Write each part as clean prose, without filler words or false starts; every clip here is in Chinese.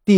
第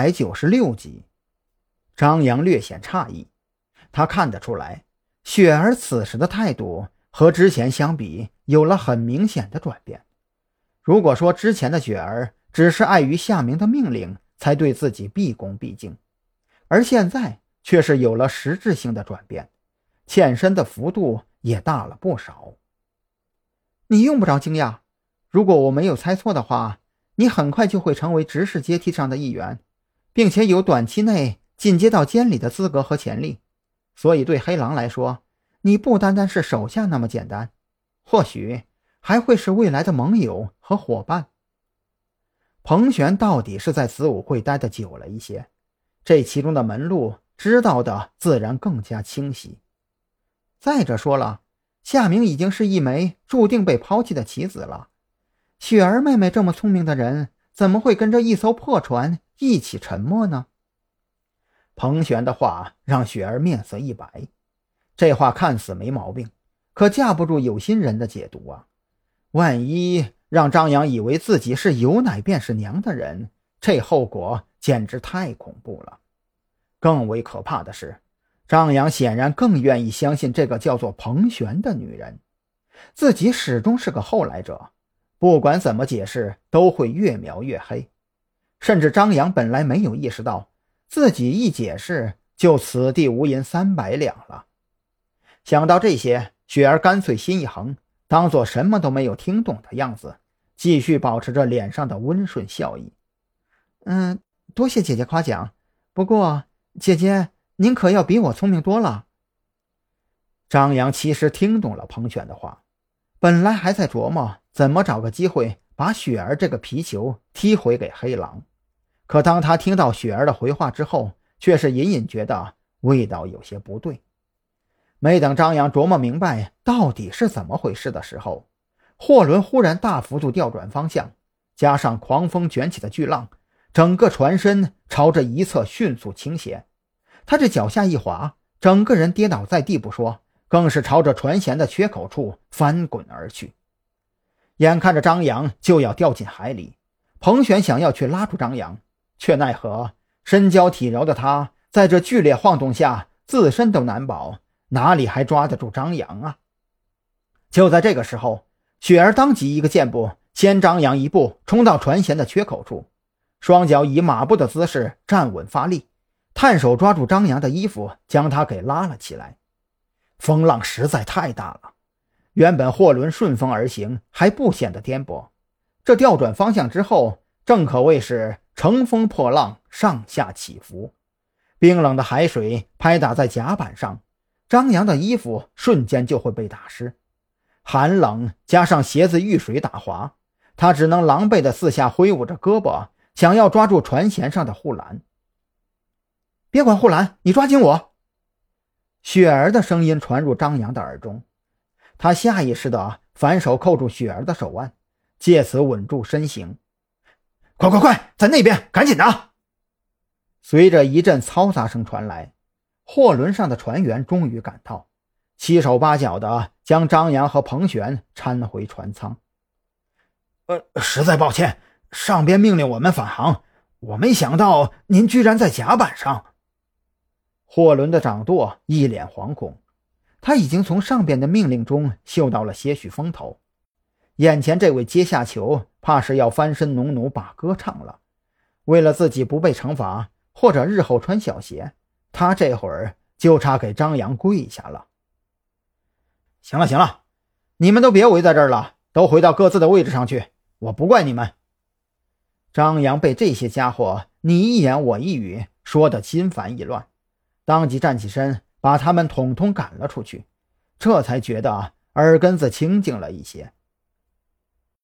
596集。张扬略显诧异，他看得出来，雪儿此时的态度和之前相比有了很明显的转变。如果说之前的雪儿只是碍于夏明的命令才对自己毕恭毕敬，而现在却是有了实质性的转变，欠身的幅度也大了不少。你用不着惊讶，如果我没有猜错的话，你很快就会成为执事阶梯上的一员，并且有短期内进阶到监理的资格和潜力。所以对黑狼来说，你不单单是手下那么简单，或许还会是未来的盟友和伙伴。彭璇到底是在子午会待得久了一些，这其中的门路知道的自然更加清晰。再者说了，夏明已经是一枚注定被抛弃的棋子了，雪儿妹妹这么聪明的人，怎么会跟着一艘破船一起沉没呢？彭璇的话让雪儿面色一白，这话看似没毛病，可架不住有心人的解读啊。万一让张扬以为自己是有奶便是娘的人，这后果简直太恐怖了。更为可怕的是，张扬显然更愿意相信这个叫做彭璇的女人，自己始终是个后来者，不管怎么解释都会越描越黑。甚至张扬本来没有意识到，自己一解释就此地无银300两了。想到这些，雪儿干脆心一横，当作什么都没有听懂的样子，继续保持着脸上的温顺笑意。多谢姐姐夸奖，不过姐姐您可要比我聪明多了。张扬其实听懂了彭璇的话，本来还在琢磨怎么找个机会把雪儿这个皮球踢回给黑狼，可当他听到雪儿的回话之后，却是隐隐觉得味道有些不对。没等张扬琢磨明白到底是怎么回事的时候，货轮忽然大幅度调转方向，加上狂风卷起的巨浪，整个船身朝着一侧迅速倾斜。他这脚下一滑，整个人跌倒在地不说，更是朝着船舷的缺口处翻滚而去。眼看着张扬就要掉进海里，彭璇想要去拉住张扬，却奈何身娇体柔的他在这剧烈晃动下自身都难保，哪里还抓得住张扬啊？就在这个时候，雪儿当即一个箭步先张扬一步冲到船舷的缺口处，双脚以马步的姿势站稳发力，探手抓住张扬的衣服，将他给拉了起来。风浪实在太大了，原本货轮顺风而行，还不显得颠簸，这调转方向之后，正可谓是乘风破浪，上下起伏。冰冷的海水拍打在甲板上，张扬的衣服瞬间就会被打湿，寒冷加上鞋子遇水打滑，他只能狼狈地四下挥舞着胳膊，想要抓住船舷上的护栏。别管护栏，你抓紧我！雪儿的声音传入张扬的耳中，他下意识地反手扣住雪儿的手腕，借此稳住身形。快快快，在那边，赶紧的！随着一阵嘈杂声传来，货轮上的船员终于赶到，七手八脚地将张扬和彭璇搀回船舱。实在抱歉，上边命令我们返航，我没想到您居然在甲板上。货轮的掌舵一脸惶恐，他已经从上边的命令中嗅到了些许风头，眼前这位阶下囚怕是要翻身农奴把歌唱了。为了自己不被惩罚，或者日后穿小鞋，他这会儿就差给张扬跪下了。行了行了，你们都别围在这儿了，都回到各自的位置上去，我不怪你们。张扬被这些家伙你一言我一语说得心烦意乱，当即站起身把他们统统赶了出去，这才觉得耳根子清静了一些。